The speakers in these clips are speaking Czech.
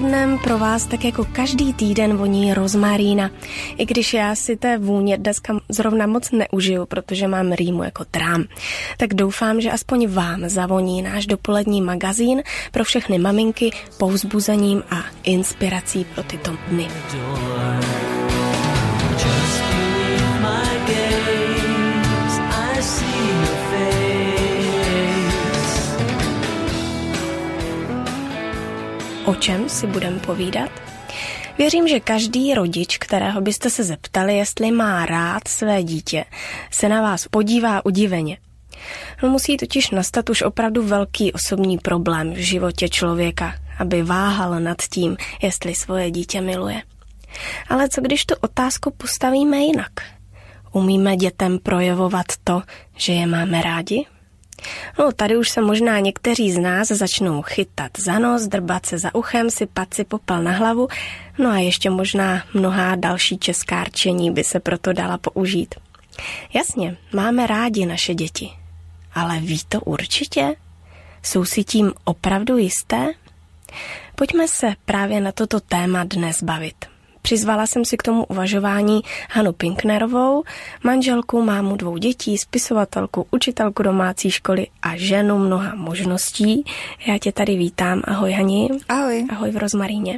odpolednem pro vás tak jako každý týden voní rozmarína. I když já si té vůně dneska zrovna moc neužiju, protože mám rýmu jako trám. Tak doufám, že aspoň vám zavoní náš dopolední magazín pro všechny maminky povzbuzením a inspirací pro tyto dny. O čem si budeme povídat? Věřím, že každý rodič, kterého byste se zeptali, jestli má rád své dítě, se na vás podívá udiveně. Musí totiž nastat už opravdu velký osobní problém v životě člověka, aby váhal nad tím, jestli svoje dítě miluje. Ale co když tu otázku postavíme jinak? Umíme dětem projevovat to, že je máme rádi? No, tady už se možná někteří z nás začnou chytat za nos, drbat se za uchem, sypat si popel na hlavu, no a ještě možná mnohá další česká rčení by se proto dala použít. Jasně, máme rádi naše děti, ale ví to určitě? Jsou si tím opravdu jisté? Pojďme se právě na toto téma dnes bavit. Přizvala jsem si k tomu uvažování Hanu Pinknerovou, manželku, mámu 2 dětí, spisovatelku, učitelku domácí školy a ženu mnoha možností. Já tě tady vítám. Ahoj, Hani. Ahoj. Ahoj v rozmaríně.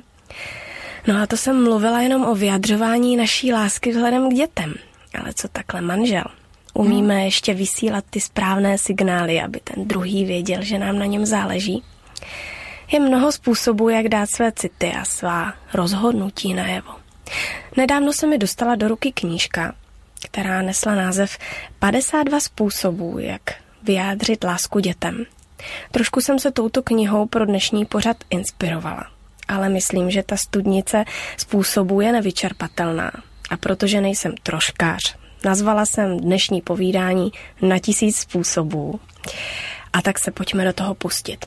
No a to jsem mluvila jenom o vyjadřování naší lásky vzhledem k dětem. Ale co takhle manžel? Umíme ještě vysílat ty správné signály, aby ten druhý věděl, že nám na něm záleží? Je mnoho způsobů, jak dát své city a svá rozhodnutí najevo. Nedávno se mi dostala do ruky knížka, která nesla název 52 způsobů, jak vyjádřit lásku dětem. Trošku jsem se touto knihou pro dnešní pořad inspirovala, ale myslím, že ta studnice způsobů je nevyčerpatelná. A protože nejsem troškář, nazvala jsem dnešní povídání Na 1000 způsobů. A tak se pojďme do toho pustit.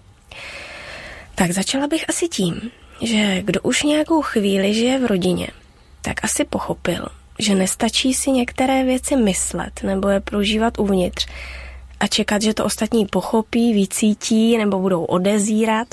Tak začala bych asi tím, že kdo už nějakou chvíli žije v rodině, tak asi pochopil, že nestačí si některé věci myslet nebo je prožívat uvnitř a čekat, že to ostatní pochopí, vycítí nebo budou odezírat.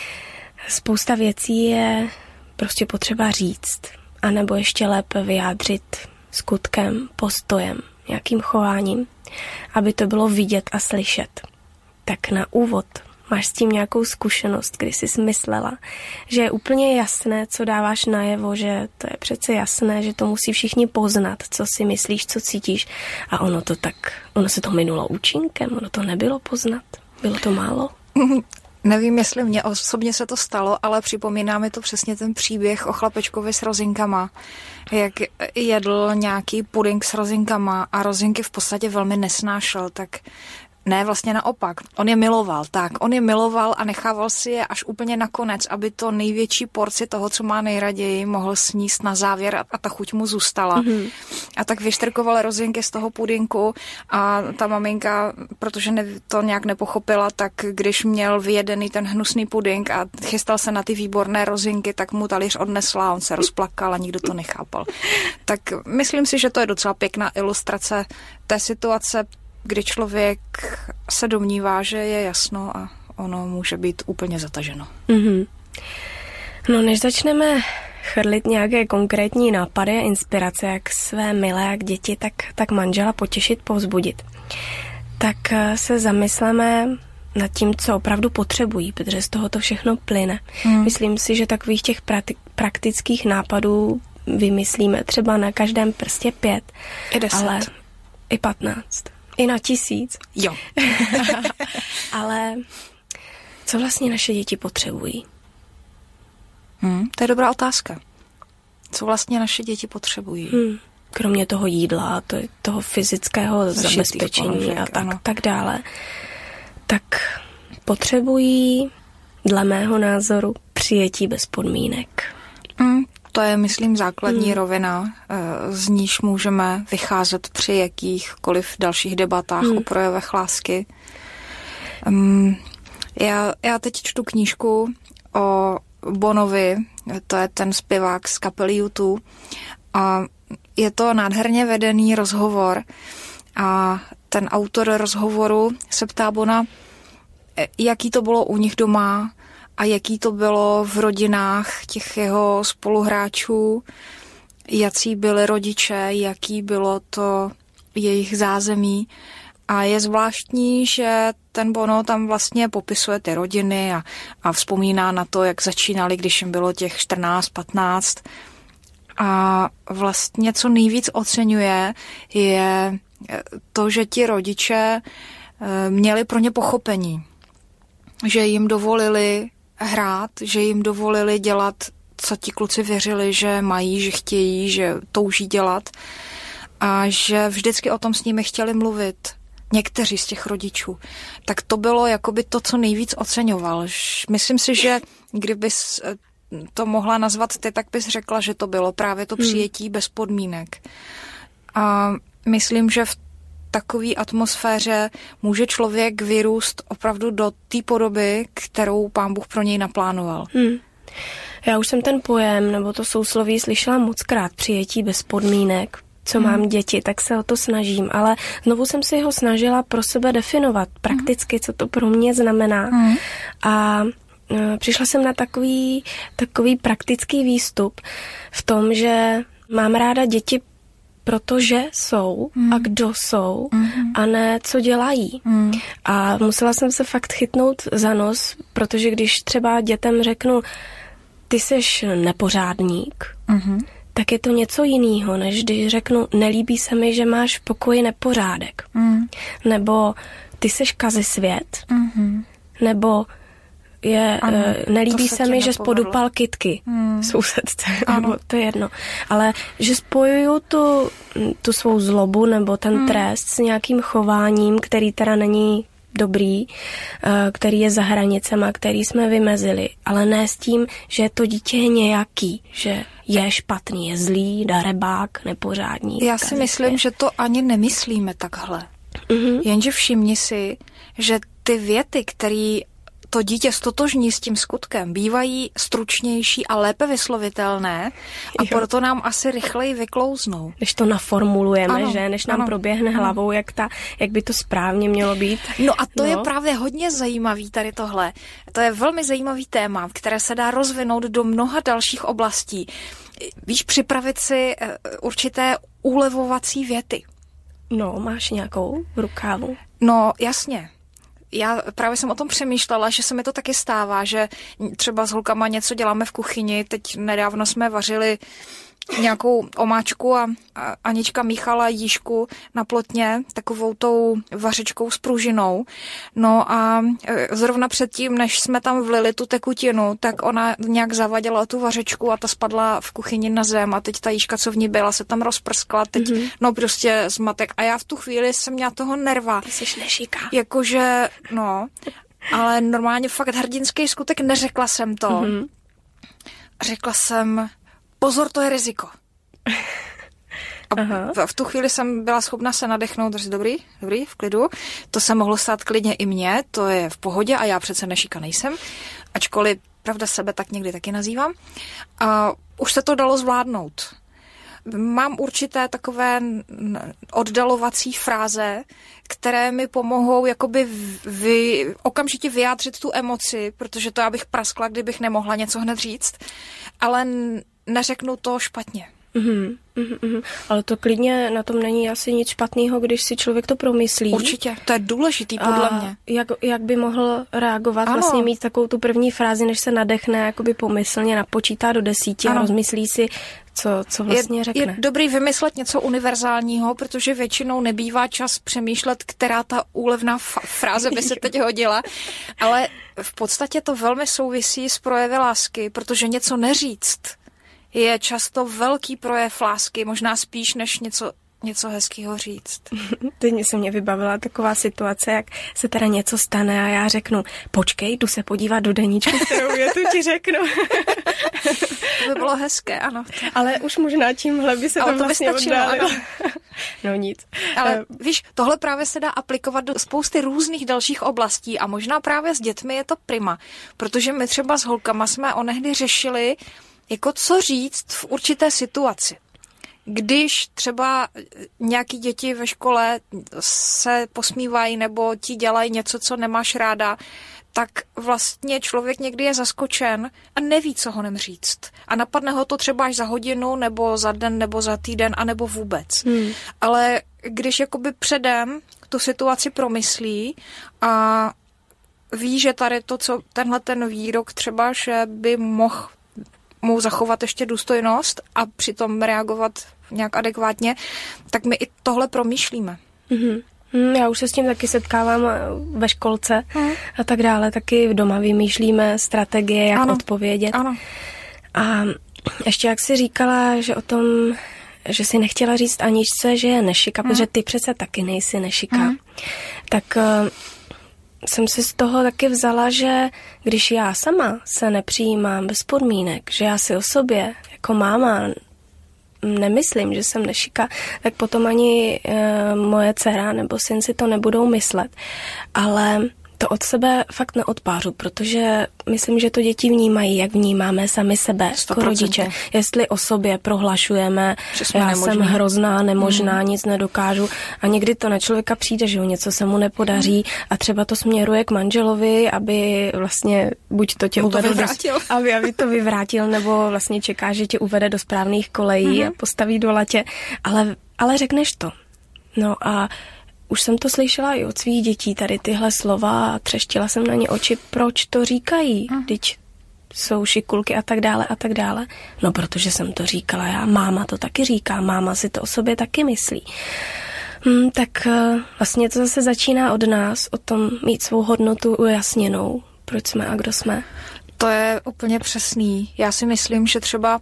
Spousta věcí je prostě potřeba říct, anebo ještě lépe vyjádřit skutkem, postojem, nějakým chováním, aby to bylo vidět a slyšet. Tak na úvod, máš s tím nějakou zkušenost, kdy jsi smyslela, že je úplně jasné, co dáváš najevo, že to je přece jasné, že to musí všichni poznat, co si myslíš, co cítíš a ono se to minulo účinkem, ono to nebylo poznat, bylo to málo? Nevím, jestli mně osobně se to stalo, ale připomíná mi to přesně ten příběh o chlapečkovi s rozinkama, jak jedl nějaký puding s rozinkama a rozinky v podstatě velmi nesnášel, tak ne, vlastně naopak. On je miloval a nechával si je až úplně nakonec, aby to největší porci toho, co má nejraději, mohl sníst na závěr a ta chuť mu zůstala. Mm-hmm. A tak vyštrkoval rozinky z toho pudinku a ta maminka, protože to nějak nepochopila, tak když měl vyjedený ten hnusný pudink a chystal se na ty výborné rozinky, tak mu talíř odnesla, on se rozplakal a nikdo to nechápal. Tak myslím si, že to je docela pěkná ilustrace té situace, kdy člověk se domnívá, že je jasno a ono může být úplně zataženo. Mm-hmm. No, než začneme chrlit nějaké konkrétní nápady a inspirace, jak své milé, jak děti, tak manžela potěšit, povzbudit, tak se zamysleme nad tím, co opravdu potřebují, protože z toho to všechno plyne. Myslím si, že takových těch praktických nápadů vymyslíme třeba na každém prstě 5, i 10, ale i 15. I na 1000. Jo. Ale co vlastně naše děti potřebují? To je dobrá otázka. Co vlastně naše děti potřebují? Kromě toho jídla, toho fyzického zabezpečení a tak dále. Tak potřebují, dle mého názoru, přijetí bez podmínek. To je, myslím, základní rovina, z níž můžeme vycházet při jakýchkoliv dalších debatách o projevech lásky. Já teď čtu knížku o Bonovi, to je ten zpěvák z kapely U2, a je to nádherně vedený rozhovor a ten autor rozhovoru se ptá Bona, jaký to bylo u nich doma a jaký to bylo v rodinách těch jeho spoluhráčů, jací byli rodiče, jaký bylo to jejich zázemí. A je zvláštní, že ten Bono tam vlastně popisuje ty rodiny a vzpomíná na to, jak začínali, když jim bylo těch 14, 15. A vlastně co nejvíc oceňuje, je to, že ti rodiče měli pro ně pochopení. Že jim dovolili hrát, že jim dovolili dělat, co ti kluci věřili, že mají, že chtějí, že touží dělat. A že vždycky o tom s nimi chtěli mluvit. Někteří z těch rodičů. Tak to bylo jakoby to, co nejvíc oceňoval. Myslím si, že kdybys to mohla nazvat ty, tak bys řekla, že to bylo právě to přijetí bez podmínek. A myslím, že v takové atmosféře může člověk vyrůst opravdu do té podoby, kterou Pán Bůh pro něj naplánoval. Já už jsem ten pojem nebo to sousloví slyšela mockrát, přijetí bez podmínek. Co mám děti, tak se o to snažím, ale znovu jsem si ho snažila pro sebe definovat prakticky, co to pro mě znamená. A přišla jsem na takový praktický výstup v tom, že mám ráda děti, protože jsou a kdo jsou a ne co dělají. A musela jsem se fakt chytnout za nos, protože když třeba dětem řeknu, ty seš nepořádník, tak je to něco jiného, než když řeknu, nelíbí se mi, že máš v pokoji nepořádek. Nebo ty seš kazisvět. Nebo nelíbí se mi, že spodupal kytky sousedce. Nebo to je jedno. Ale že spojuju tu svou zlobu nebo ten trest s nějakým chováním, který teda není dobrý, který je za hranicema, který jsme vymezili, ale ne s tím, že to dítě je nějaký, že je špatný, je zlý, darebák, nepořádník. Já si myslím, že to ani nemyslíme takhle. Jenže všimni si, že ty věty, které to dítě stotožní s tím skutkem, bývají stručnější a lépe vyslovitelné a proto nám asi rychleji vyklouznou. Než to naformulujeme, že? Než nám proběhne hlavou, jak by to správně mělo být. No a to je právě hodně zajímavý tady tohle. To je velmi zajímavý téma, které se dá rozvinout do mnoha dalších oblastí. Víš, připravit si určité úlevovací věty. No, máš nějakou v rukávu? No, jasně. Já právě jsem o tom přemýšlela, že se mi to taky stává, že třeba s holkama něco děláme v kuchyni. Teď nedávno jsme vařili nějakou omáčku a Anička míchala jížku na plotně takovou tou vařečkou s pružinou. No a zrovna předtím, než jsme tam vlili tu tekutinu, tak ona nějak zavadila tu vařečku a ta spadla v kuchyni na zem a teď ta jížka, co v ní byla, se tam rozprskla. Teď no prostě zmatek. A já v tu chvíli jsem měla toho nerva. Ty jsi nešiká. Jakože, no, ale normálně fakt hrdinský skutek, neřekla jsem to. Řekla jsem, pozor, to je riziko. A v tu chvíli jsem byla schopna se nadechnout, říct, dobrý, v klidu. To se mohlo stát klidně i mně, to je v pohodě a já přece nešika nejsem. Ačkoliv, pravda, sebe tak někdy taky nazývám. A už se to dalo zvládnout. Mám určité takové oddalovací fráze, které mi pomohou jakoby okamžitě vyjádřit tu emoci, protože to já bych praskla, kdybych nemohla něco hned říct, ale neřeknu to špatně. Ale to klidně na tom není asi nic špatného, když si člověk to promyslí. Určitě, to je důležitý podle mě. Jak by mohl reagovat, vlastně mít takovou tu první frázi, než se nadechne, jakoby pomyslně napočítá do 10 a rozmyslí si, co vlastně řekne. Je dobrý vymyslet něco univerzálního, protože většinou nebývá čas přemýšlet, která ta úlevná fráze by se teď hodila, ale v podstatě to velmi souvisí s projevy lásky, protože něco neříct je často velký projev lásky, možná spíš než něco hezkého říct. Teď se mě vybavila taková situace, jak se teda něco stane a já řeknu, počkej, jdu se podívat do deníčku, kterou větu ti řeknu. To by bylo hezké, ano. Ale už možná tímhle by se to vlastně oddálilo. No nic. Ale víš, tohle právě se dá aplikovat do spousty různých dalších oblastí a možná právě s dětmi je to prima, protože my třeba s holkama jsme onehdy řešili, jako co říct v určité situaci. Když třeba nějaký děti ve škole se posmívají nebo ti dělají něco, co nemáš ráda, tak vlastně člověk někdy je zaskočen a neví, co honem říct. A napadne ho to třeba až za hodinu, nebo za den, nebo za týden, anebo vůbec. Ale když jakoby předem tu situaci promyslí a ví, že tady to, co tenhle ten výrok třeba, že by mohl mu zachovat ještě důstojnost a přitom reagovat nějak adekvátně, tak my i tohle promýšlíme. Já už se s tím taky setkávám ve školce a tak dále. Taky doma vymýšlíme strategie, jak odpovědět. Ano. A ještě jak jsi říkala, že o tom, že si nechtěla říct Aničce, že je nešika, protože ty přece taky nejsi nešika, tak jsem si z toho taky vzala, že když já sama se nepřijímám bez podmínek, že já si o sobě jako máma nemyslím, že jsem nešika, tak potom ani moje dcera nebo syn si to nebudou myslet. Ale to od sebe fakt neodpářu, protože myslím, že to děti vnímají, jak vnímáme sami sebe, 100%. jako rodiče. Jestli o sobě prohlašujeme, já jsem hrozná, nemožná, nic nedokážu a někdy to na člověka přijde, že něco se mu nepodaří a třeba to směruje k manželovi, aby vlastně buď to tě uvedl, aby to vyvrátil, nebo vlastně čeká, že tě uvede do správných kolejí a postaví do latě, ale řekneš to. No a už jsem to slyšela i od svých dětí, tady tyhle slova a třeštila jsem na ně oči, proč to říkají, když jsou šikulky a tak dále a tak dále. No, protože jsem to říkala já, máma to taky říká, máma si to o sobě taky myslí. Tak vlastně to zase začíná od nás, o tom mít svou hodnotu ujasněnou, proč jsme a kdo jsme. To je úplně přesný. Já si myslím, že třeba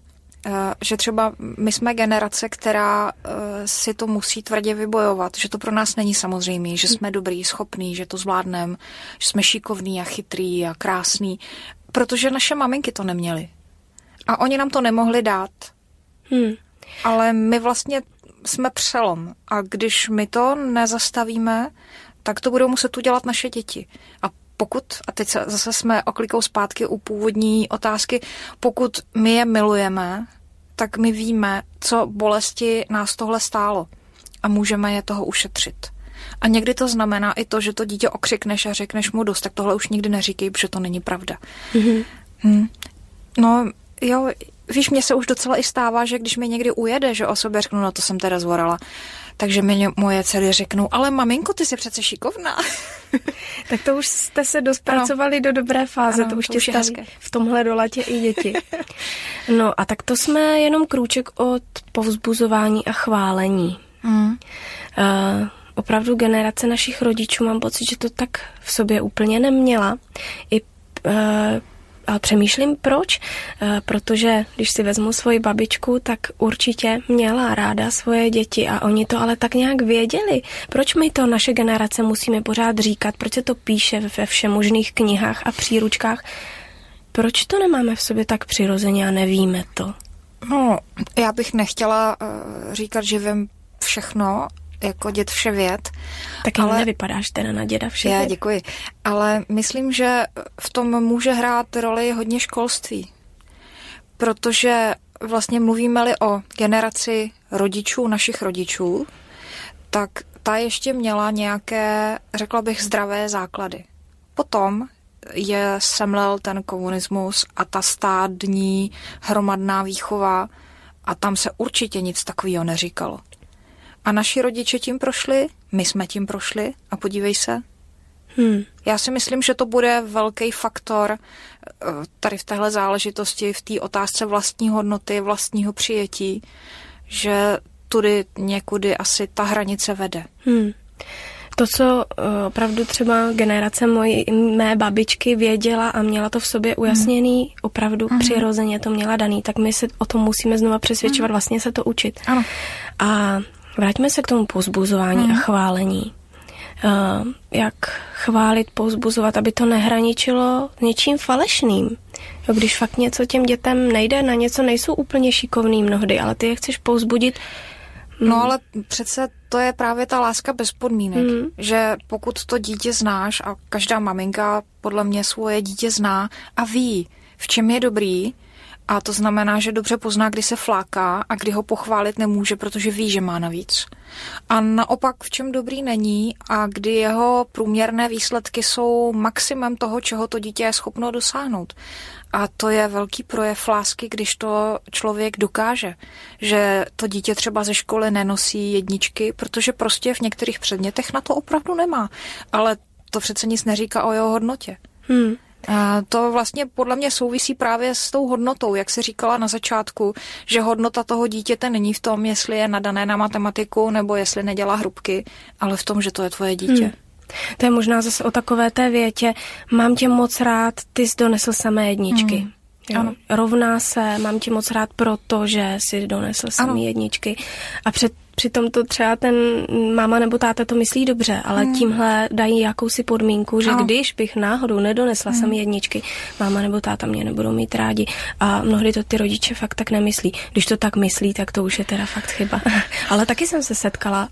my jsme generace, která si to musí tvrdě vybojovat, že to pro nás není samozřejmé, že jsme dobrý, schopný, že to zvládneme, že jsme šikovný a chytrý a krásný, protože naše maminky to neměly. A oni nám to nemohli dát. Ale my vlastně jsme přelom. A když my to nezastavíme, tak to budou muset udělat naše děti. A teď zase jsme oklikou zpátky u původní otázky, pokud my je milujeme, tak my víme, co bolesti nás tohle stálo a můžeme je toho ušetřit. A někdy to znamená i to, že to dítě okřikneš a řekneš mu dost, tak tohle už nikdy neříkej, protože to není pravda. No jo, víš, mně se už docela i stává, že když mi někdy ujede, že o sobě řeknu, no to jsem teda zvorala, takže mi moje dcery řeknou, ale maminko, ty jsi přece šikovná. Tak to už jste se dospracovali do dobré fáze, to už tě staví v tomhle dolatě i děti. No a tak to jsme jenom krůček od povzbuzování a chválení. Opravdu generace našich rodičů, mám pocit, že to tak v sobě úplně neměla. Ale přemýšlím proč, protože když si vezmu svoji babičku, tak určitě měla ráda svoje děti a oni to ale tak nějak věděli. Proč my to naše generace musíme pořád říkat, proč se to píše ve všemožných knihách a příručkách, proč to nemáme v sobě tak přirozeně a nevíme to? No, já bych nechtěla říkat, že vím všechno, jako děd vševěd. Tak ale nevypadáš teda na děda vševěd. Já děkuji. Ale myslím, že v tom může hrát roli hodně školství. Protože vlastně mluvíme-li o generaci rodičů, našich rodičů, tak ta ještě měla nějaké, řekla bych, zdravé základy. Potom je semlel ten komunismus a ta stádní hromadná výchova a tam se určitě nic takového neříkalo. A naši rodiče tím prošli, my jsme tím prošli a podívej se. Já si myslím, že to bude velký faktor tady v téhle záležitosti, v té otázce vlastní hodnoty, vlastního přijetí, že tudy někudy asi ta hranice vede. To, co opravdu třeba generace mé babičky věděla a měla to v sobě ujasněný, opravdu přirozeně to měla daný, tak my se o tom musíme znova přesvědčovat, vlastně se to učit. Ano. A vraťme se k tomu povzbuzování a chválení. Jak chválit, povzbuzovat, aby to nehraničilo něčím falešným. Když fakt něco těm dětem nejde, na něco nejsou úplně šikovný mnohdy, ale ty je chceš povzbudit. No ale přece to je právě ta láska bez podmínek, že pokud to dítě znáš a každá maminka podle mě svoje dítě zná a ví, v čem je dobrý A to znamená, že dobře pozná, kdy se fláká a kdy ho pochválit nemůže, protože ví, že má navíc. A naopak, v čem dobrý není a kdy jeho průměrné výsledky jsou maximum toho, čeho to dítě je schopno dosáhnout. A to je velký projev lásky, když to člověk dokáže, že to dítě třeba ze školy nenosí jedničky, protože prostě v některých předmětech na to opravdu nemá. Ale to přece nic neříká o jeho hodnotě. A to vlastně podle mě souvisí právě s tou hodnotou, jak se říkala na začátku, že hodnota toho dítěte není v tom, jestli je nadané na matematiku nebo jestli nedělá hrubky, ale v tom, že to je tvoje dítě. To je možná zase o takové té větě, mám tě moc rád, ty jsi donesl samé jedničky. Ano. Rovná se, mám tě moc rád proto, že jsi donesl samé jedničky. A přitom to třeba ten máma nebo táta to myslí dobře, ale tímhle dají jakousi podmínku, že když bych náhodou nedonesla samé jedničky, máma nebo táta mě nebudou mít rádi. A mnohdy to ty rodiče fakt tak nemyslí. Když to tak myslí, tak to už je teda fakt chyba. Ale taky jsem se setkala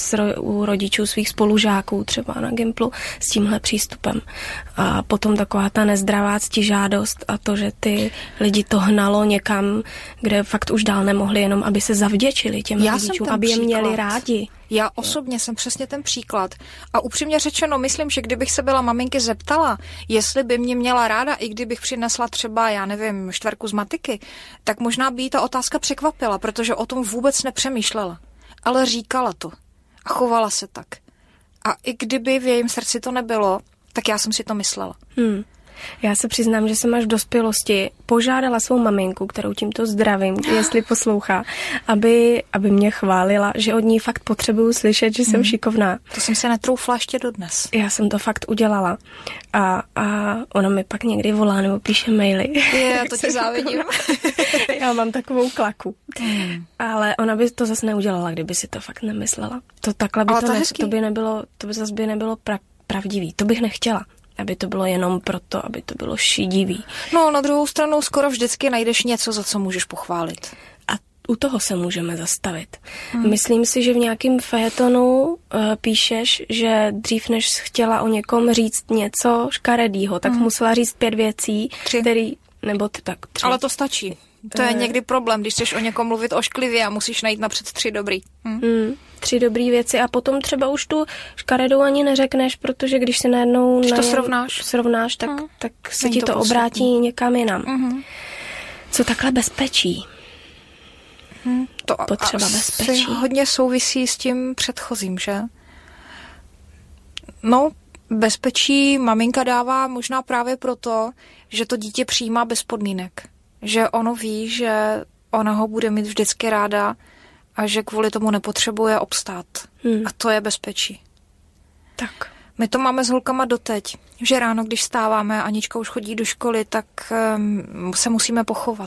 u rodičů svých spolužáků, třeba na Gimplu, s tímhle přístupem. A potom taková ta nezdravá ctižádost a to, že ty lidi to hnalo někam, kde fakt už dál nemohli, jenom aby se zavděčili těm rodičům, aby je měli rádi. Já osobně jsem přesně ten příklad. A upřímně řečeno, myslím, že kdybych se byla maminky zeptala, jestli by mě měla ráda, i kdybych přinesla třeba, já nevím, 4 z matiky, tak možná by jí ta otázka překvapila, protože o tom vůbec nepřemýšlela. Ale říkala to. A chovala se tak. A i kdyby v jejím srdci to nebylo, tak já jsem si to myslela. Já se přiznám, že jsem až v dospělosti požádala svou maminku, kterou tímto zdravím, jestli poslouchá, aby mě chválila, že od ní fakt potřebuju slyšet, že jsem šikovná. To jsem se netroufla ještě dodnes. Já jsem to fakt udělala. A ona mi pak někdy volá nebo píše maily. Já to ti závidím. Já mám takovou klaku. Ale ona by to zase neudělala, kdyby si to fakt nemyslela. To takhle by to by zase nebylo pravdivý. To bych nechtěla. Aby to bylo jenom proto, aby to bylo šidivý. No, na druhou stranu skoro vždycky najdeš něco, za co můžeš pochválit. A u toho se můžeme zastavit. Myslím si, že v nějakém fejetonu píšeš, že dřív než chtěla o někom říct něco škaredýho, tak musela říct 5 věcí, 3. Nebo 3. Ale to stačí. To je někdy problém, když chceš o někom mluvit ošklivě a musíš najít napřed 3 dobrý. 3 dobrý věci a potom třeba už tu škaredou ani neřekneš, protože když se najednou to srovnáš, tak se ti to obrátí někam jinam. Co takhle bezpečí? To potřeba bezpečí. Hodně souvisí s tím předchozím, že? No, bezpečí maminka dává možná právě proto, že to dítě přijímá bez podmínek. Že ono ví, že ona ho bude mít vždycky ráda a že kvůli tomu nepotřebuje obstát. A to je bezpečí. Tak. My to máme s holkama doteď, že ráno, když stáváme a Anička už chodí do školy, tak se musíme pochovat.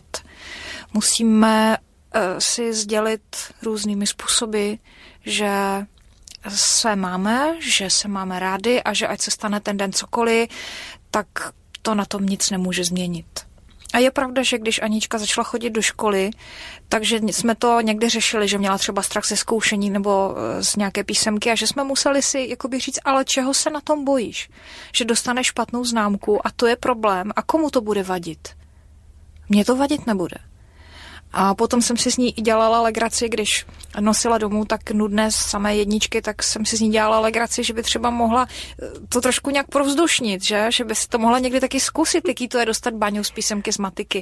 Musíme si sdělit různými způsoby, že se máme rádi a že ať se stane ten den cokoliv, tak to na tom nic nemůže změnit. A je pravda, že když Anička začala chodit do školy, takže jsme to někdy řešili, že měla třeba strach ze zkoušení nebo z nějaké písemky a že jsme museli si jakoby říct, ale čeho se na tom bojíš? Že dostaneš špatnou známku a to je problém. A komu to bude vadit? Mně to vadit nebude. A potom jsem si s ní i dělala legraci, když nosila domů tak nudné samé jedničky, tak jsem si s ní dělala legraci, že by třeba mohla to trošku nějak provzdušnit, že by si to mohla někdy taky zkusit, jaký to je dostat baňu z písemky z matiky.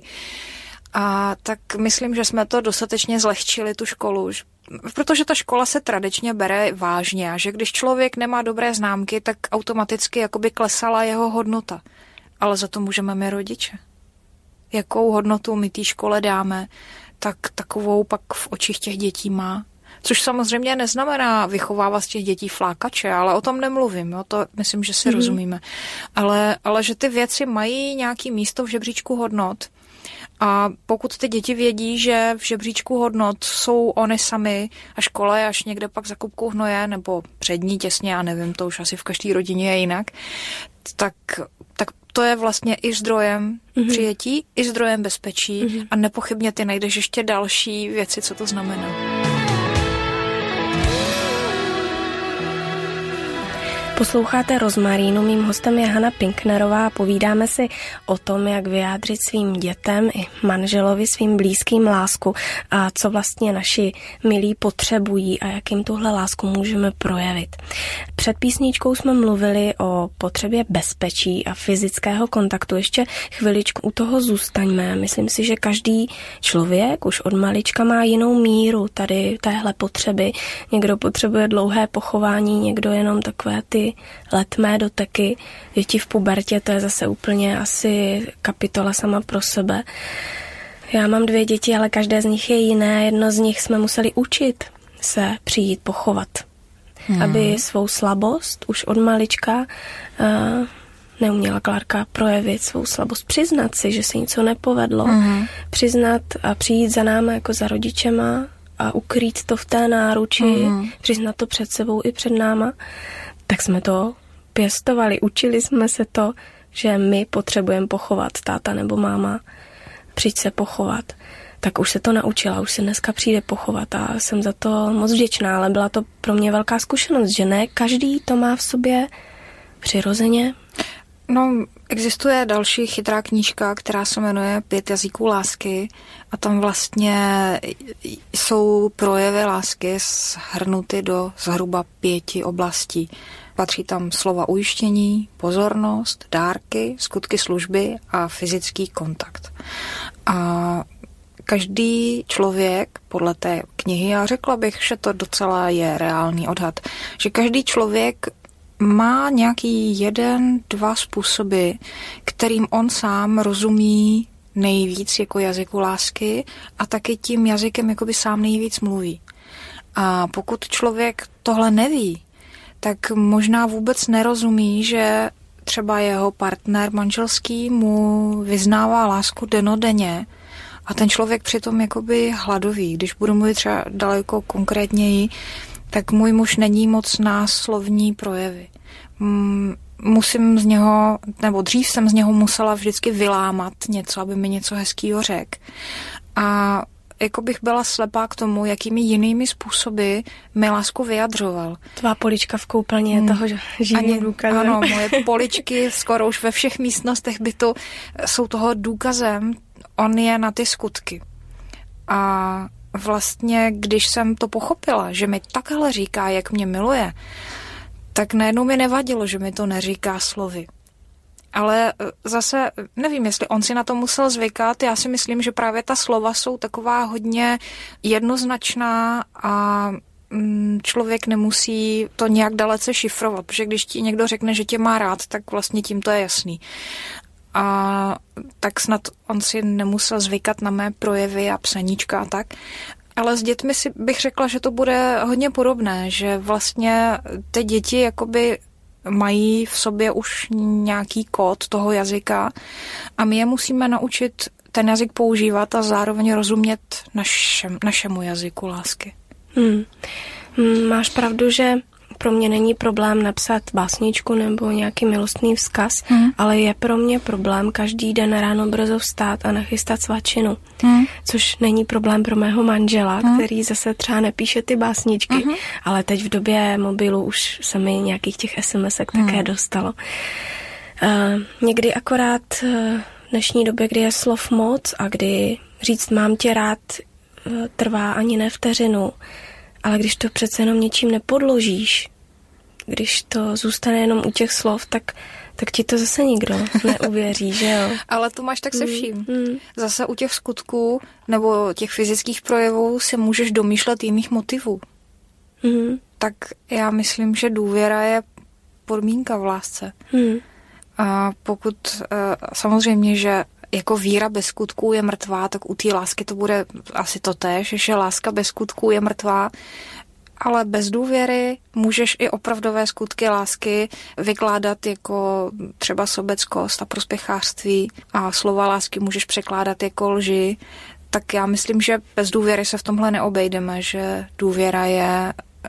A tak myslím, že jsme to dostatečně zlehčili, tu školu, protože ta škola se tradičně bere vážně a že když člověk nemá dobré známky, tak automaticky jakoby klesala jeho hodnota. Ale za to můžeme my rodiče. Jakou hodnotu my té škole dáme, tak takovou pak v očích těch dětí má. Což samozřejmě neznamená vychovávat z těch dětí flákače, ale o tom nemluvím, jo? To myslím, že si rozumíme. Ale že ty věci mají nějaký místo v žebříčku hodnot a pokud ty děti vědí, že v žebříčku hodnot jsou oni sami a škola je až někde pak za kupkou hnoje nebo před ní těsně, já nevím, to už asi v každé rodině je jinak, tak to je vlastně i zdrojem přijetí, i zdrojem bezpečí a nepochybně ty najdeš ještě další věci, co to znamená. Posloucháte Rozmarínu, mým hostem je Hana Pinknerová a povídáme si o tom, jak vyjádřit svým dětem i manželovi, svým blízkým lásku a co vlastně naši milí potřebují a jak jim tuhle lásku můžeme projevit. Před písničkou jsme mluvili o potřebě bezpečí a fyzického kontaktu. Ještě chviličku u toho zůstaňme. Myslím si, že každý člověk už od malička má jinou míru tady téhle potřeby. Někdo potřebuje dlouhé pochování, někdo jenom takové ty letmé doteky. Děti v pubertě, to je zase úplně asi kapitola sama pro sebe. Já mám 2 děti, ale každé z nich je jiné. Jedno z nich jsme museli učit se přijít pochovat. Aby svou slabost už od malička neuměla Klárka projevit svou slabost, přiznat si, že se něco nepovedlo, přiznat a přijít za námi jako za rodičema a ukrýt to v té náruči, přiznat to před sebou i před náma. Tak jsme to pěstovali, učili jsme se to, že my potřebujeme pochovat, táta nebo máma, přijď se pochovat. Tak už se to naučila, už se dneska přijde pochovat a jsem za to moc vděčná, ale byla to pro mě velká zkušenost, že ne každý to má v sobě přirozeně. No, existuje další chytrá knížka, která se jmenuje 5 jazyků lásky a tam vlastně jsou projevy lásky shrnuty do zhruba 5 oblastí. Patří tam slova ujištění, pozornost, dárky, skutky služby a fyzický kontakt. A každý člověk, podle té knihy, já řekla bych, že to docela je reálný odhad, že každý člověk má nějaký 1-2 způsoby, kterým on sám rozumí nejvíc jako jazyku lásky a taky tím jazykem jakoby sám nejvíc mluví. A pokud člověk tohle neví, tak možná vůbec nerozumí, že třeba jeho partner manželský mu vyznává lásku dennodenně a ten člověk přitom jakoby hladový. Když budu mluvit třeba daleko konkrétněji, tak můj muž není moc na slovní projevy. Musím z něho, nebo dřív jsem z něho musela vždycky vylámat něco, aby mi něco hezkýho řekl. A jako bych byla slepá k tomu, jakými jinými způsoby mi lásku vyjadřoval. Tvá polička v koupelně je toho živým důkazem. Ano, moje poličky skoro už ve všech místnostech bytu jsou toho důkazem. On je na ty skutky. A vlastně, když jsem to pochopila, že mi takhle říká, jak mě miluje, tak najednou mi nevadilo, že mi to neříká slovy. Ale zase nevím, jestli on si na to musel zvykat. Já si myslím, že právě ta slova jsou taková hodně jednoznačná a člověk nemusí to nějak dalece šifrovat, protože když ti někdo řekne, že tě má rád, tak vlastně tím to je jasný. A tak snad on si nemusel zvykat na mé projevy a psaníčka a tak. Ale s dětmi si bych řekla, že to bude hodně podobné, že vlastně ty děti jakoby mají v sobě už nějaký kód toho jazyka a my je musíme naučit ten jazyk používat a zároveň rozumět našemu jazyku lásky. Máš pravdu, že pro mě není problém napsat básničku nebo nějaký milostný vzkaz, ale je pro mě problém každý den ráno brzo vstát a nachystat svačinu. Což není problém pro mého manžela, který zase třeba nepíše ty básničky, ale teď v době mobilu už se mi nějakých těch SMS-ek také dostalo. Někdy akorát v dnešní době, kdy je slov moc a kdy říct mám tě rád trvá ani ne vteřinu, ale když to přece jenom něčím nepodložíš, když to zůstane jenom u těch slov, tak ti to zase nikdo neuvěří, že jo? Ale to máš tak se vším. Zase u těch skutků nebo těch fyzických projevů si můžeš domýšlet jiných motivů. Tak já myslím, že důvěra je podmínka v lásce. A pokud samozřejmě, že jako víra bez skutků je mrtvá, tak u té lásky to bude asi to též, že láska bez skutků je mrtvá, ale bez důvěry můžeš i opravdové skutky lásky vykládat jako třeba sobeckost a prospěchářství a slova lásky můžeš překládat jako lži, tak já myslím, že bez důvěry se v tomhle neobejdeme, že důvěra je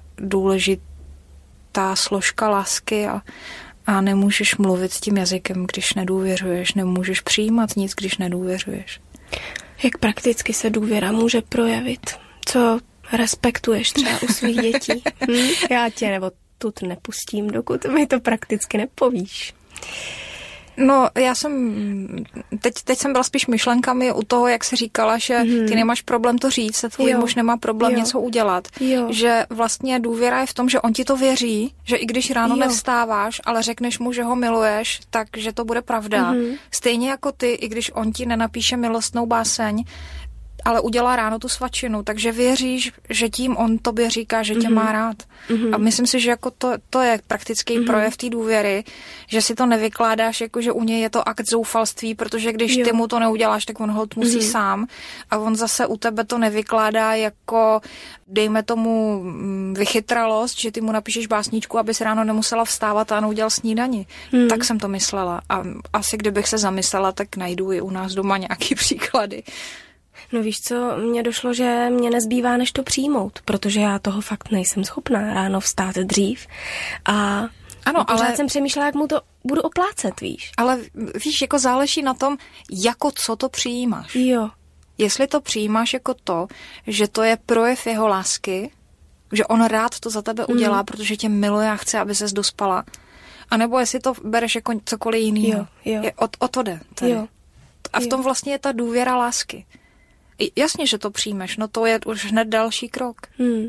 důležitá složka lásky a nemůžeš mluvit s tím jazykem, když nedůvěřuješ, nemůžeš přijímat nic, když nedůvěřuješ. Jak prakticky se důvěra může projevit? Co respektuješ třeba u svých dětí? Já tě, nebo odtud nepustím, dokud mi to prakticky nepovíš. No, já jsem, teď jsem byla spíš myšlenkami u toho, jak jsi říkala, že ty nemáš problém to říct, a tvůj muž nemá problém něco udělat. Jo. Že vlastně důvěra je v tom, že on ti to věří, že i když ráno nevstáváš, ale řekneš mu, že ho miluješ, takže to bude pravda. Stejně jako ty, i když on ti nenapíše milostnou báseň, ale udělá ráno tu svačinu, takže věříš, že tím on tobě říká, že tě má rád. A myslím si, že jako to je praktický projev té důvěry, že si to nevykládáš, jako že u něj je to akt zoufalství, protože když ty mu to neuděláš, tak on holt musí sám. A on zase u tebe to nevykládá jako, dejme tomu, vychytralost, že ty mu napíšeš básničku, aby se ráno nemusela vstávat a neudělal snídani. Tak jsem to myslela. A asi kdybych se zamyslela, tak najdu i u nás doma nějaký příklady. No víš co, mně došlo, že mě nezbývá, než to přijmout, protože já toho fakt nejsem schopná ráno vstát dřív a ano, ale jsem přemýšlela, jak mu to budu oplácet, víš. Ale víš, jako záleží na tom, jako co to přijímáš. Jo. Jestli to přijímáš jako to, že to je projev jeho lásky, že on rád to za tebe udělá, protože tě miluje a chce, aby ses dospala, anebo jestli to bereš jako cokoliv jiného. O to jde. Jo. A v tom vlastně je ta důvěra lásky. Jasně, že to přijmeš, no to je už hned další krok.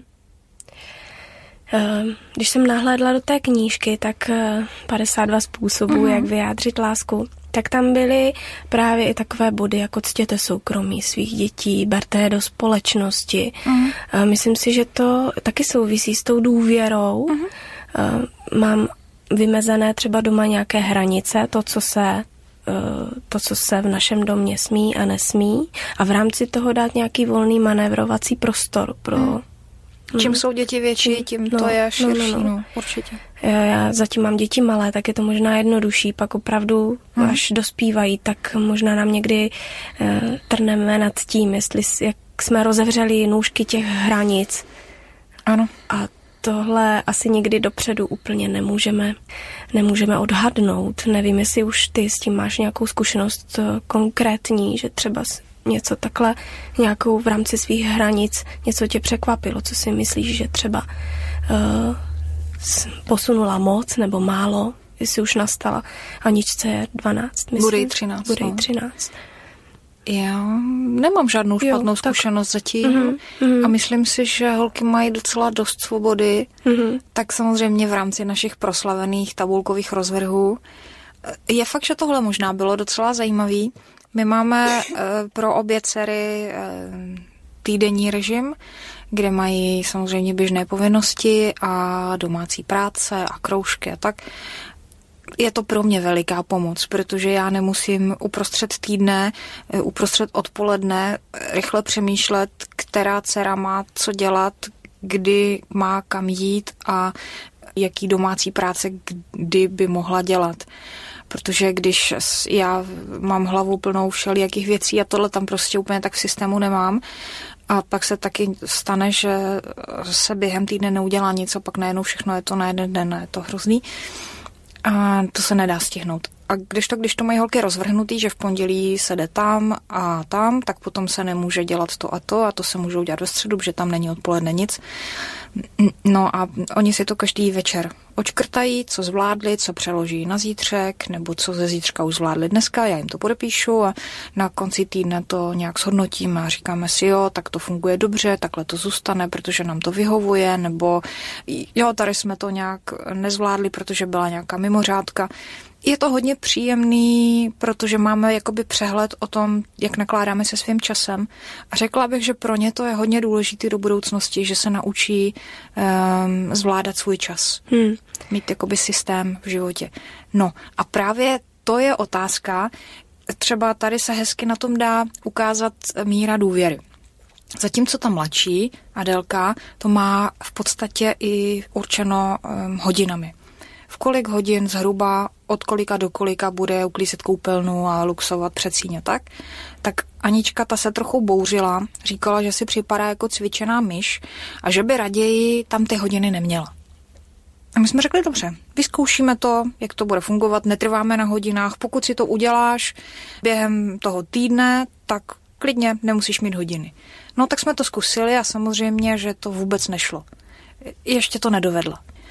Když jsem nahlédla do té knížky, tak 52 způsobů, jak vyjádřit lásku, tak tam byly právě i takové body, jako ctěte soukromí svých dětí, berte je do společnosti. Myslím si, že to taky souvisí s tou důvěrou. Mám vymezené třeba doma nějaké hranice, to, co se v našem domě smí a nesmí a v rámci toho dát nějaký volný manévrovací prostor pro... Čím jsou děti větší, tím to je širší, no, určitě. Já zatím mám děti malé, tak je to možná jednodušší, pak opravdu, až dospívají, tak možná nám někdy trneme nad tím, jak jsme rozevřeli nůžky těch hranic. Ano. A tohle asi nikdy dopředu úplně nemůžeme odhadnout. Nevím, jestli už ty s tím máš nějakou zkušenost konkrétní, že třeba něco takhle, nějakou v rámci svých hranic, něco tě překvapilo, co si myslíš, že třeba posunula moc nebo málo, jestli už nastala. Aničce je 12, myslím. Bude jí 13. Bude jí 13. Já nemám žádnou špatnou zkušenost zatím a myslím si, že holky mají docela dost svobody, tak samozřejmě v rámci našich proslavených tabulkových rozvrhů. Je fakt, že tohle možná bylo docela zajímavý. My máme pro obě dcery týdenní režim, kde mají samozřejmě běžné povinnosti a domácí práce a kroužky a tak. Je to pro mě veliká pomoc, protože já nemusím uprostřed týdne, uprostřed odpoledne rychle přemýšlet, která dcera má co dělat, kdy má kam jít a jaký domácí práce kdy by mohla dělat. Protože když já mám hlavu plnou všelijakých věcí a tohle tam prostě úplně tak v systému nemám, a pak se taky stane, že se během týdne neudělá nic a pak najednou všechno je to na jeden den, je to hrozný. A to se nedá stihnout. A když to mají holky rozvrhnutý, že v pondělí se jde tam a tam, tak potom se nemůže dělat to a to se můžou dělat do středu, protože tam není odpoledne nic. No a oni si to každý večer odškrtají, co zvládli, co přeloží na zítřek, nebo co ze zítřka už zvládli dneska, já jim to podepíšu a na konci týdne to nějak shodnotíme a říkáme si, jo, tak to funguje dobře, takhle to zůstane, protože nám to vyhovuje, nebo jo, tady jsme to nějak nezvládli, protože byla nějaká mimořádka. Je to hodně příjemný, protože máme jakoby přehled o tom, jak nakládáme se svým časem. A řekla bych, že pro ně to je hodně důležité do budoucnosti, že se naučí zvládat svůj čas. Mít jakoby systém v životě. No a právě to je otázka, třeba tady se hezky na tom dá ukázat míra důvěry. Zatímco ta mladší Adélka to má v podstatě i určeno hodinami. V kolik hodin zhruba, od kolika do kolika bude uklízet koupelnu a luxovat předsíň a tak Anička ta se trochu bouřila, říkala, že si připadá jako cvičená myš a že by raději tam ty hodiny neměla. A my jsme řekli, dobře, vyzkoušíme to, jak to bude fungovat, netrváme na hodinách, pokud si to uděláš během toho týdne, tak klidně nemusíš mít hodiny. No tak jsme to zkusili a samozřejmě, že to vůbec nešlo. Ještě to nedovedla.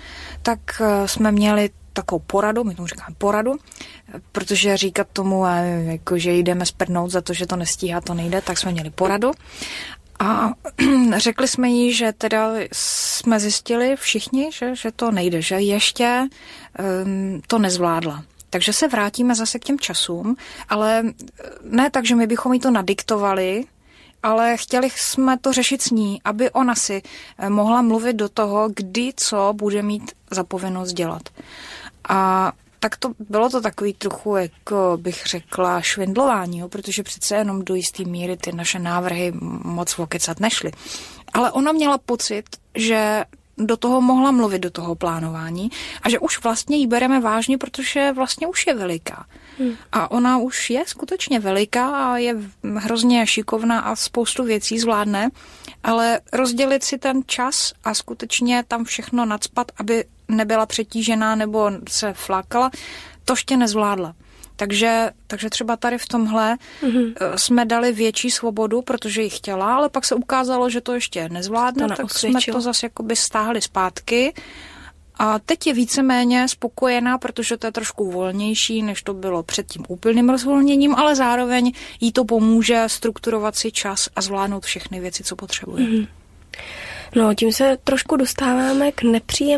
tak jsme měli takovou poradu, my tomu říkáme poradu, protože říkat tomu, jako, že jdeme sprdnout za to, že to nestíhá, to nejde, tak jsme měli poradu. A řekli jsme jí, že teda jsme zjistili všichni, že to nejde, že ještě to nezvládla. Takže se vrátíme zase k těm časům, ale ne tak, že my bychom jí to nadiktovali, ale chtěli jsme to řešit s ní, aby ona si mohla mluvit do toho, kdy co bude mít za povinnost dělat. A tak bylo to takový trochu, jako bych řekla, švindlování, protože přece jenom do jistý míry ty naše návrhy moc okecat nešly. Ale ona měla pocit, že do toho mohla mluvit, do toho plánování a že už vlastně jí bereme vážně, protože vlastně už je veliká. A ona už je skutečně veliká a je hrozně šikovná a spoustu věcí zvládne, ale rozdělit si ten čas a skutečně tam všechno nacpat, aby nebyla přetížená nebo se flákala, to ještě nezvládla. Takže třeba tady v tomhle jsme dali větší svobodu, protože ji chtěla, ale pak se ukázalo, že to ještě nezvládne, tak jsme to zase jakoby stáhli zpátky. A teď je víceméně spokojená, protože to je trošku volnější, než to bylo před tím úplným rozvolněním, ale zároveň jí to pomůže strukturovat si čas a zvládnout všechny věci, co potřebuje. No, tím se trošku dostáváme k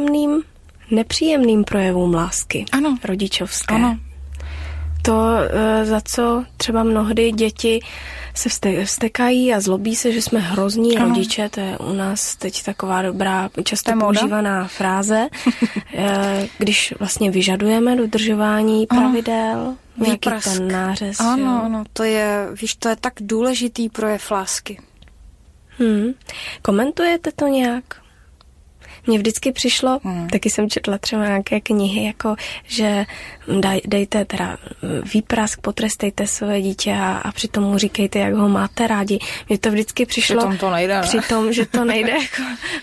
nepříjemným projevům lásky. Ano. Rodičovské. Ano. To, za co třeba mnohdy děti se vztekají a zlobí se, že jsme hrozní rodiče, to je u nás teď taková dobrá, často používaná fráze, když vlastně vyžadujeme dodržování pravidel, nějaký ten nářez. Ano, to je tak důležitý projev lásky. Komentujete to nějak? Mně vždycky přišlo, taky jsem četla třeba nějaké knihy, jako, že dejte teda výprask, potrestejte své dítě a přitom mu říkejte, jak ho máte rádi. Mně to vždycky přišlo, přitom to nejde, ne? Přitom, že to nejde jako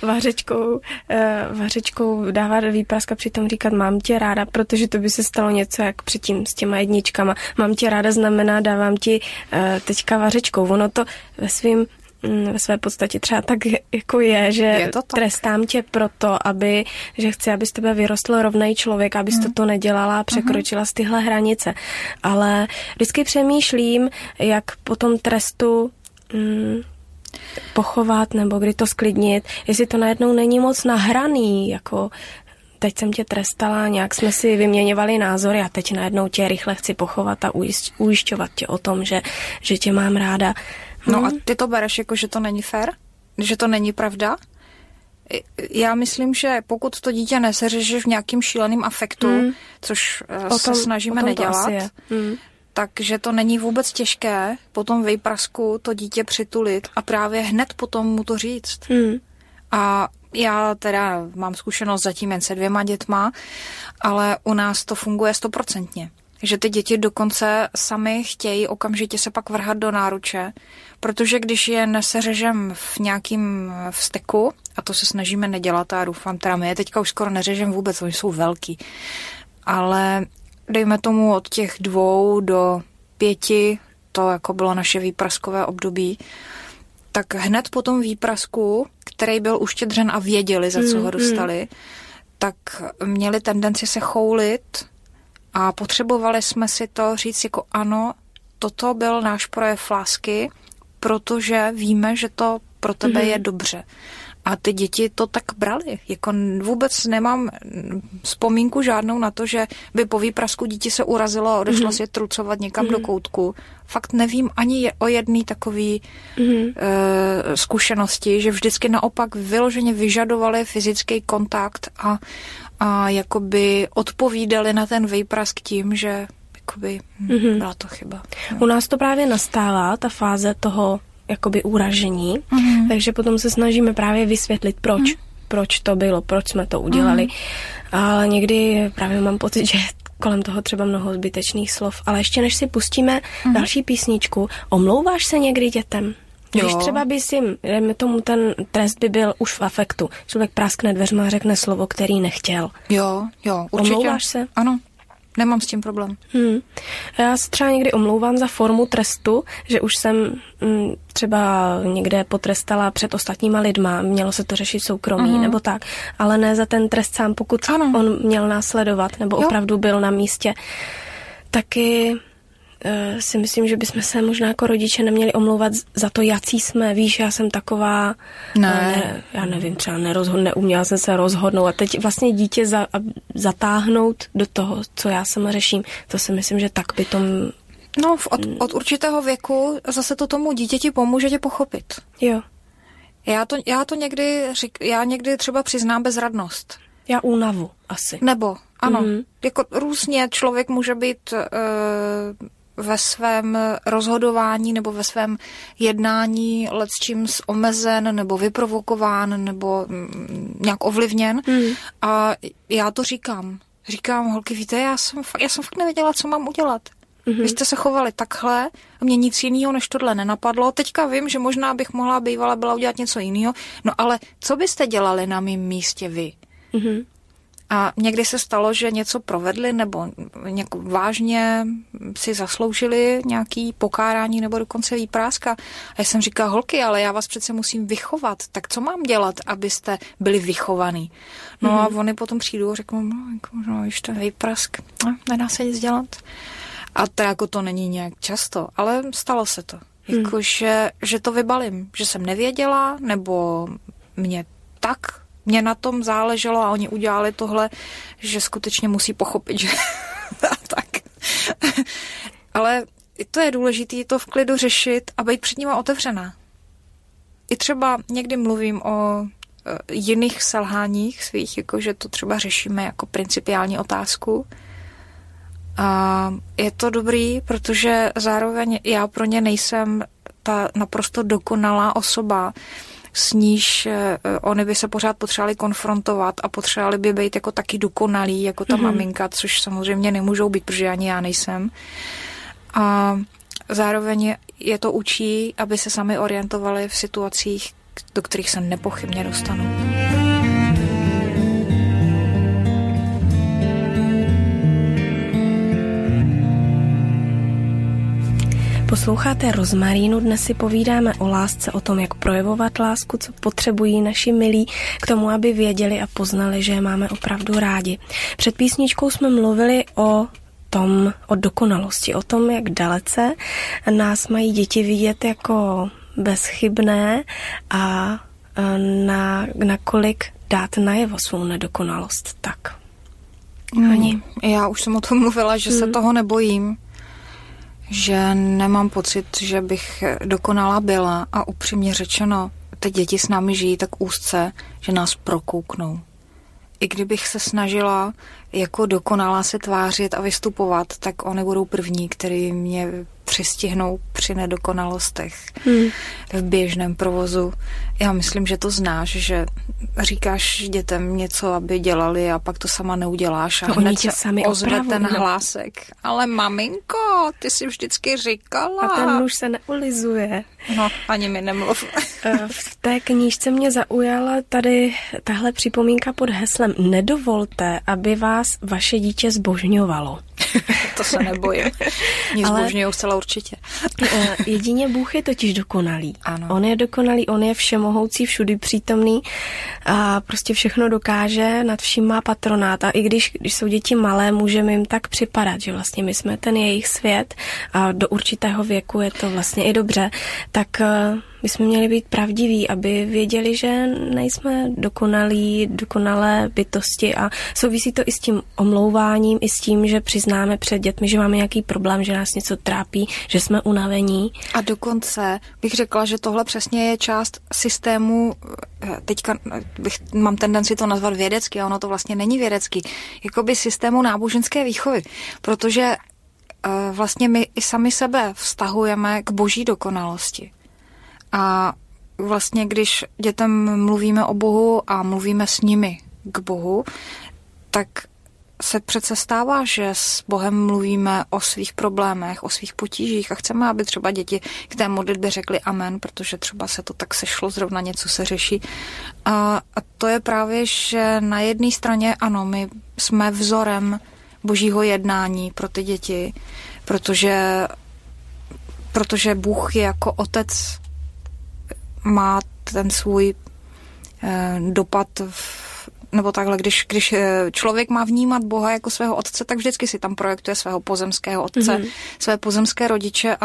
vařečkou dávat výprask a přitom říkat mám tě ráda, protože to by se stalo něco jak předtím s těma jedničkama. Mám tě ráda znamená dávám ti teďka vařečkou. Ono to ve své podstatě třeba tak jako je, že trestám tě proto, že chci, aby z tebe vyrostl rovnej člověk, abys to nedělala a překročila z tyhle hranice. Ale vždycky přemýšlím, jak po tom trestu pochovat nebo kdy to sklidnit, jestli to najednou není moc nahraný, jako teď jsem tě trestala, nějak jsme si vyměňovali názory a teď najednou tě rychle chci pochovat a ujišťovat tě o tom, že tě mám ráda. No a ty to bereš jako, že to není fér? Že to není pravda? Já myslím, že pokud to dítě neseřežeš v nějakým šíleným afektu, což se snažíme nedělat, takže to není vůbec těžké po tom výprasku to dítě přitulit a právě hned potom mu to říct. A já teda mám zkušenost zatím jen se 2 dětma, ale u nás to funguje 100%. Že ty děti dokonce sami chtějí okamžitě se pak vrhat do náruče, protože když je neseřežem v nějakým vzteku, a to se snažíme nedělat a doufám, teda my je teďka už skoro neřežem vůbec, oni jsou velký, ale dejme tomu od těch 2 do 5, to jako bylo naše výpraskové období, tak hned po tom výprasku, který byl uštědřen a věděli, za co ho dostali, tak měli tendenci se choulit a potřebovali jsme si to říct jako ano, toto byl náš projev lásky, protože víme, že to pro tebe je dobře. A ty děti to tak brali. Jako vůbec nemám vzpomínku žádnou na to, že by po výprasku dítě se urazilo a odešlo si trucovat někam do koutku. Fakt nevím ani o jedné takové zkušenosti, že vždycky naopak vyloženě vyžadovali fyzický kontakt a jakoby odpovídali na ten výprask tím, že jakoby byla to chyba. U nás to právě nastává, ta fáze toho jakoby uražení, takže potom se snažíme právě vysvětlit, proč to bylo, proč jsme to udělali. Ale někdy právě mám pocit, že kolem toho třeba mnoho zbytečných slov. Ale ještě než si pustíme další písničku, omlouváš se někdy dětem? Když třeba by si, dejme tomu, ten trest by byl už v afektu. Člověk praskne dveřma a řekne slovo, který nechtěl. Jo, určitě. Omlouváš se? Ano. Nemám s tím problém. Já se třeba někdy omlouvám za formu trestu, že už jsem třeba někde potrestala před ostatníma lidma, mělo se to řešit soukromí nebo tak, ale ne za ten trest sám, pokud on měl následovat nebo opravdu byl na místě. Taky si myslím, že bychom se možná jako rodiče neměli omlouvat za to, jací jsme. Víš, já jsem taková, já nevím, třeba neuměla jsem se rozhodnout a teď vlastně dítě zatáhnout do toho, co já sama řeším, to si myslím, že tak by to... No, od určitého věku zase to tomu dítěti pomůže tě pochopit. Jo. Já někdy třeba přiznám bezradnost. Já únavu asi. Nebo, ano. Jako různě člověk může být ve svém rozhodování nebo ve svém jednání lecčím omezen nebo vyprovokován nebo nějak ovlivněn. A já to říkám. Říkám, holky, víte, já jsem fakt nevěděla, co mám udělat. Vy jste se chovali takhle a mě nic jiného než tohle nenapadlo. Teďka vím, že možná bych mohla byla udělat něco jiného. No ale co byste dělali na mém místě vy? A někdy se stalo, že něco provedli nebo vážně si zasloužili nějaký pokárání nebo dokonce výpráska. A já jsem říkala, holky, ale já vás přece musím vychovat. Tak co mám dělat, abyste byli vychovaný? No a oni potom přijdou a řeknou, no víš, ten výprask, nedá se nic dělat. A to jako to není nějak často, ale stalo se to. Jakože, že to vybalím, že jsem nevěděla, nebo mě na tom záleželo a oni udělali tohle, že skutečně musí pochopit, že tak. Ale to je důležité to v klidu řešit a být před nima otevřená. I třeba někdy mluvím o jiných selháních svých, jako že to třeba řešíme jako principiální otázku. A je to dobrý, protože zároveň já pro ně nejsem ta naprosto dokonalá osoba, s níž oni by se pořád potřebovali konfrontovat a potřebovali by být jako taky dokonalí, jako ta maminka, což samozřejmě nemůžou být, protože ani já nejsem. A zároveň je to učí, aby se sami orientovali v situacích, do kterých se nepochybně dostanou. Posloucháte Rozmarínu, dnes si povídáme o lásce, o tom, jak projevovat lásku, co potřebují naši milí k tomu, aby věděli a poznali, že je máme opravdu rádi. Před písničkou jsme mluvili o dokonalosti, o tom, jak dalece nás mají děti vidět jako bezchybné a nakolik dát najevo svou nedokonalost. Tak. Ani. Já už jsem o tom mluvila, že se toho nebojím, že nemám pocit, že bych dokonalá byla a upřímně řečeno, ty děti s námi žijí tak úzce, že nás prokouknou. I kdybych se snažila jako dokonalá se tvářit a vystupovat, tak oni budou první, který mě přistihnou při nedokonalostech v běžném provozu. Já myslím, že to znáš, že říkáš dětem něco, aby dělali a pak to sama neuděláš a hned se ozve ten hlásek. Ale maminko, ty jsi vždycky říkala. A ten nůž se neulizuje. No, ani mi nemluv. V té knížce mě zaujala tady tahle připomínka pod heslem Nedovolte, aby vás vaše dítě zbožňovalo. To se nebojím. Mě zbožňujou zcela určitě. Jedině Bůh je totiž dokonalý. Ano. On je dokonalý, on je všemohoucí, všudy přítomný a prostě všechno dokáže, nad vším má patronát. A i když jsou děti malé, můžeme jim tak připadat, že vlastně my jsme ten jejich svět a do určitého věku je to vlastně i dobře, tak my jsme měli být pravdiví, aby věděli, že nejsme dokonalé bytosti a souvisí to i s tím omlouváním, i s tím, že přiznáme před dětmi, že máme nějaký problém, že nás něco trápí, že jsme unavení. A dokonce bych řekla, že tohle přesně je část systému, teďka mám tendenci to nazvat vědecky, a ono to vlastně není vědecký, jakoby systému náboženské výchovy, protože vlastně my i sami sebe vztahujeme k boží dokonalosti. A vlastně, když dětem mluvíme o Bohu a mluvíme s nimi k Bohu, tak se přece stává, že s Bohem mluvíme o svých problémech, o svých potížích a chceme, aby třeba děti k té modlitbě řekly amen, protože třeba se to tak sešlo, zrovna něco se řeší. A to je právě, že na jedné straně, ano, my jsme vzorem božího jednání pro ty děti, protože Bůh jako otec má ten svůj dopad nebo takhle, když člověk má vnímat Boha jako svého otce, tak vždycky si tam projektuje svého pozemského otce, své pozemské rodiče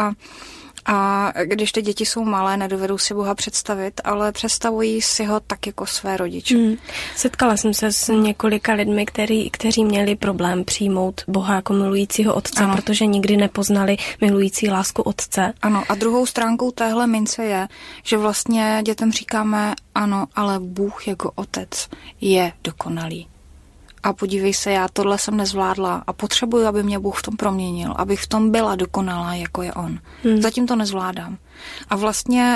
a když ty děti jsou malé, nedovedou si Boha představit, ale představují si ho tak jako své rodiče. Setkala jsem se s několika lidmi, kteří měli problém přijmout Boha jako milujícího otce, protože nikdy nepoznali milující lásku otce. Ano, a druhou stránkou téhle mince je, že vlastně dětem říkáme, ano, ale Bůh jako otec je dokonalý. A podívej se, já tohle jsem nezvládla a potřebuji, aby mě Bůh v tom proměnil, abych v tom byla dokonalá, jako je on. Zatím to nezvládám. A vlastně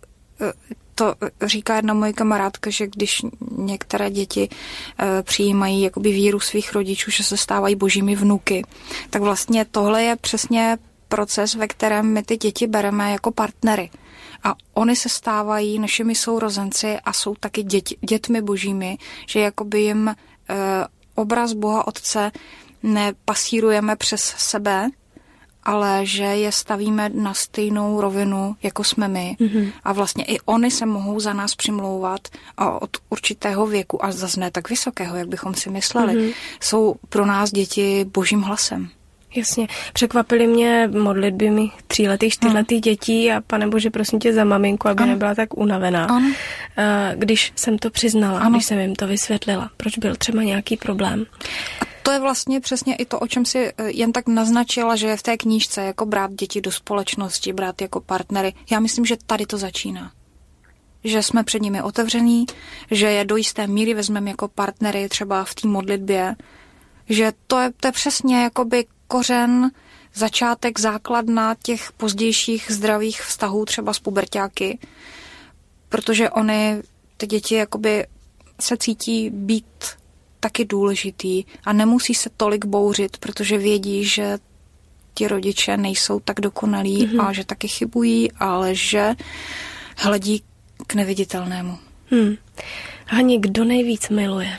to říká jedna moje kamarádka, že když některé děti přijímají jakoby víru svých rodičů, že se stávají božími vnuky, tak vlastně tohle je přesně proces, ve kterém my ty děti bereme jako partnery. A oni se stávají našimi sourozenci a jsou taky dětmi božími, že jakoby jim obraz Boha Otce nepasírujeme přes sebe, ale že je stavíme na stejnou rovinu, jako jsme my. A vlastně i oni se mohou za nás přimlouvat a od určitého věku, a zase ne tak vysokého, jak bychom si mysleli, jsou pro nás děti božím hlasem. Jasně. Překvapily mě modlitby mých 3letých, 4letých dětí a Pane Bože, prosím tě za maminku, aby nebyla tak unavená. Když jsem to přiznala, když jsem jim to vysvětlila, proč byl třeba nějaký problém. A to je vlastně přesně i to, o čem si jen tak naznačila, že je v té knížce jako brát děti do společnosti, brát jako partnery. Já myslím, že tady to začíná. Že jsme před nimi otevření, že je do jisté míry vezmeme jako partnery třeba v té modlitbě, že to je přesně jakoby kořen, začátek, základna těch pozdějších zdravých vztahů třeba s puberťáky, protože ty děti jakoby se cítí být taky důležitý a nemusí se tolik bouřit, protože vědí, že ti rodiče nejsou tak dokonalí a že taky chybují, ale že hledí k neviditelnému. Hani, kdo nejvíc miluje?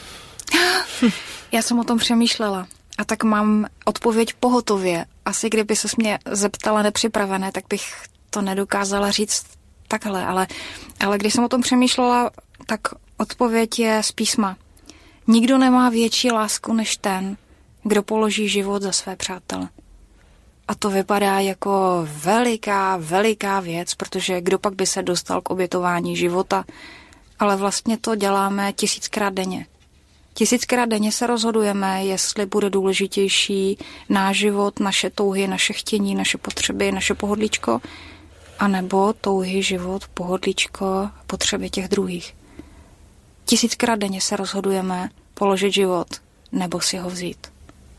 Já jsem o tom přemýšlela. A tak mám odpověď pohotově. Asi kdyby se mě zeptala nepřipravené, tak bych to nedokázala říct takhle. Ale když jsem o tom přemýšlela, tak odpověď je z písma. Nikdo nemá větší lásku než ten, kdo položí život za své přátele. A to vypadá jako veliká věc, protože kdo pak by se dostal k obětování života. Ale vlastně to děláme 1000krát denně. 1000krát denně se rozhodujeme, jestli bude důležitější náš život, naše touhy, naše chtění, naše potřeby, naše pohodlíčko, anebo touhy, život, pohodlíčko, potřeby těch druhých. 1000krát denně se rozhodujeme položit život nebo si ho vzít.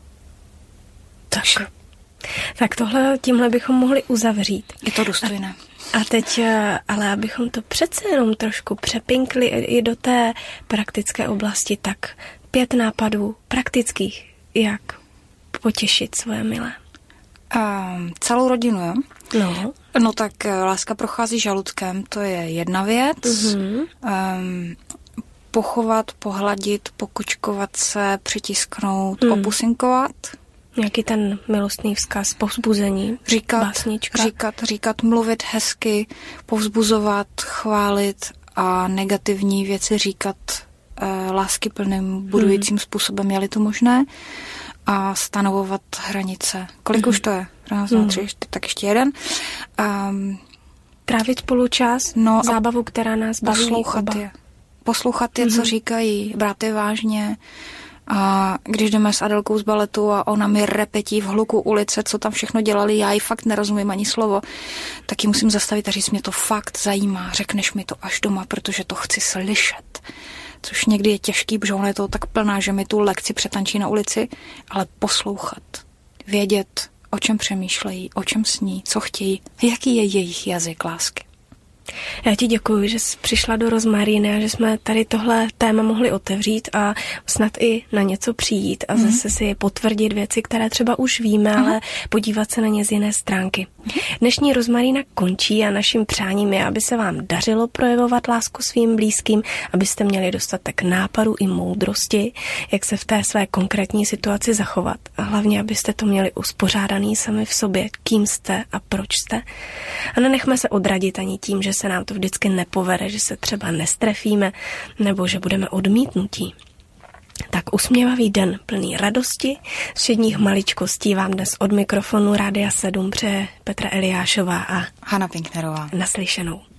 Tak tímhle bychom mohli uzavřít. Je to důstojné. A teď, ale abychom to přece jenom trošku přepinkli i do té praktické oblasti, tak 5 nápadů praktických, jak potěšit svoje milé. Celou rodinu, jo? No. No tak láska prochází žaludkem, to je jedna věc. Pochovat, pohladit, pokočkovat se, přitisknout, opusinkovat. Nějaký ten milostný vzkaz, povzbuzení, básnička. Říkat, mluvit hezky, povzbuzovat, chválit a negativní věci říkat láskyplným, budujícím způsobem, je-li to možné, a stanovovat hranice. Kolik už to je? 1, 2, 3, tak ještě jeden. Trávit spolu čas, zábavu, která nás baví. Poslouchat je, co říkají, brát je vážně. A když jdeme s Adelkou z baletu a ona mi repetí v hluku ulice, co tam všechno dělali, já jí fakt nerozumím ani slovo, tak ji musím zastavit a říct, mě to fakt zajímá, řekneš mi to až doma, protože to chci slyšet. Což někdy je těžký, protože ona je toho tak plná, že mi tu lekci přetančí na ulici, ale poslouchat, vědět, o čem přemýšlejí, o čem sní, co chtějí, jaký je jejich jazyk lásky. Já ti děkuji, že jsi přišla do Rozmaríny a že jsme tady tohle téma mohli otevřít a snad i na něco přijít a zase si potvrdit věci, které třeba už víme, ale podívat se na ně z jiné stránky. Dnešní Rozmarína končí a naším přáním je, aby se vám dařilo projevovat lásku svým blízkým, abyste měli dostatek nápadů i moudrosti, jak se v té své konkrétní situaci zachovat. A hlavně, abyste to měli uspořádaný sami v sobě, kým jste a proč jste. A nenechme se odradit ani tím, že se nám to vždycky nepovede, že se třeba nestrefíme nebo že budeme odmítnutí. Tak usměvavý den plný radosti, všedních maličkostí vám dnes od mikrofonu Rádia 7 přeje Petra Eliášová a Hana Pinknerová. Naslyšenou.